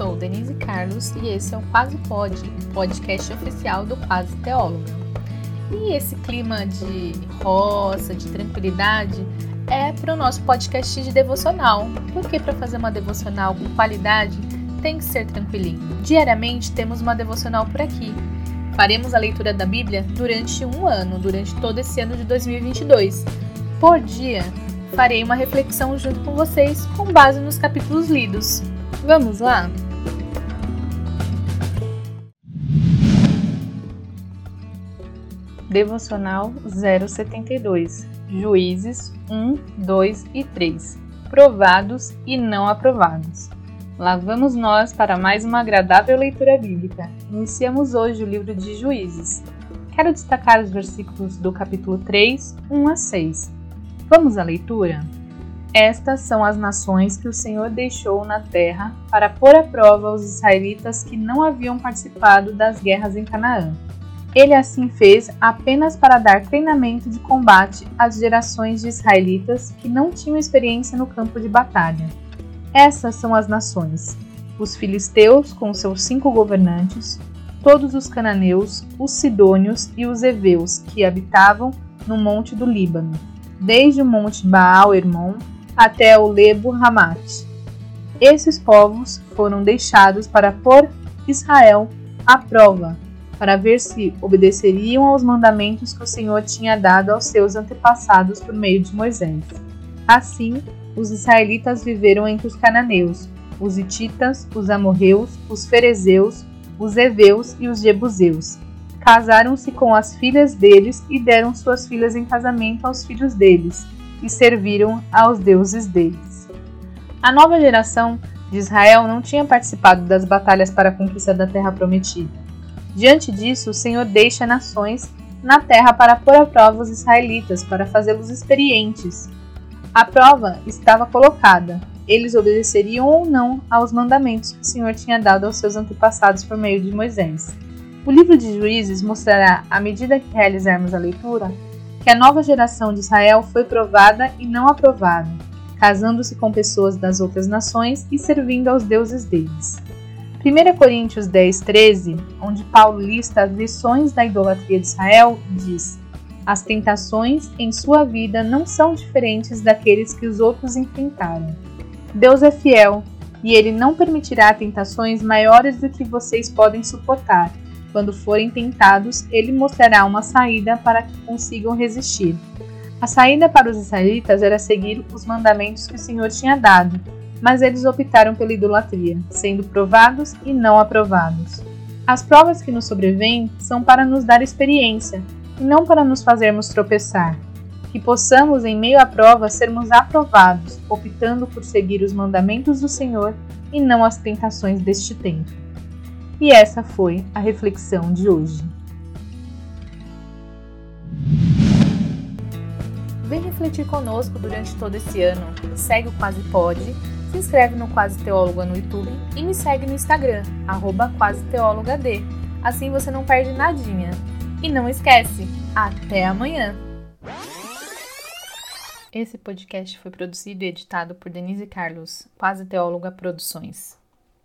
sou Denise Carlos e esse é o Quase Pode, podcast oficial do Quase Teóloga. E esse clima de roça, de tranquilidade, é para o nosso podcast de devocional, porque para fazer uma devocional com qualidade tem que ser tranquilinho. Diariamente temos uma devocional por aqui. Faremos a leitura da Bíblia durante um ano, durante todo esse ano de 2022. Por dia, farei uma reflexão junto com vocês com base nos capítulos lidos. Vamos lá? Devocional 072, Juízes 1, 2 e 3, Provados e não aprovados. Lá vamos nós para mais uma agradável leitura bíblica. Iniciamos hoje o livro de Juízes. Quero destacar os versículos do capítulo 3, 1 a 6. Vamos à leitura? Estas são as nações que o Senhor deixou na terra para pôr à prova os israelitas que não haviam participado das guerras em Canaã. Ele assim fez apenas para dar treinamento de combate às gerações de israelitas que não tinham experiência no campo de batalha. Essas são as nações: os filisteus com seus 5 governantes, todos os cananeus, os sidônios e os heveus que habitavam no monte do Líbano, desde o monte Baal-Hermon até o Lebo Hamate. Esses povos foram deixados para pôr Israel à prova, para ver se obedeceriam aos mandamentos que o Senhor tinha dado aos seus antepassados por meio de Moisés. Assim, os israelitas viveram entre os cananeus, os hititas, os amorreus, os ferezeus, os heveus e os jebuseus. Casaram-se com as filhas deles e deram suas filhas em casamento aos filhos deles, e serviram aos deuses deles. A nova geração de Israel não tinha participado das batalhas para a conquista da terra prometida. Diante disso, o Senhor deixa nações na terra para pôr à prova os israelitas, para fazê-los experientes. A prova estava colocada: eles obedeceriam ou não aos mandamentos que o Senhor tinha dado aos seus antepassados por meio de Moisés. O livro de Juízes mostrará, à medida que realizarmos a leitura, que a nova geração de Israel foi provada e não aprovada, casando-se com pessoas das outras nações e servindo aos deuses deles. 1 Coríntios 10, 13, onde Paulo lista as lições da idolatria de Israel, diz: as tentações em sua vida não são diferentes daqueles que os outros enfrentaram. Deus é fiel, e Ele não permitirá tentações maiores do que vocês podem suportar. Quando forem tentados, Ele mostrará uma saída para que consigam resistir. A saída para os israelitas era seguir os mandamentos que o Senhor tinha dado, mas eles optaram pela idolatria, sendo provados e não aprovados. As provas que nos sobrevêm são para nos dar experiência, e não para nos fazermos tropeçar. Que possamos, em meio à prova, sermos aprovados, optando por seguir os mandamentos do Senhor e não as tentações deste tempo. E essa foi a reflexão de hoje. Vem refletir conosco durante todo esse ano. Segue o Quase Pode, se inscreve no Quase Teóloga no YouTube e me segue no Instagram, @QuaseTeólogad. Assim você não perde nadinha. E não esquece, até amanhã! Esse podcast foi produzido e editado por Denise Carlos, Quase Teóloga Produções.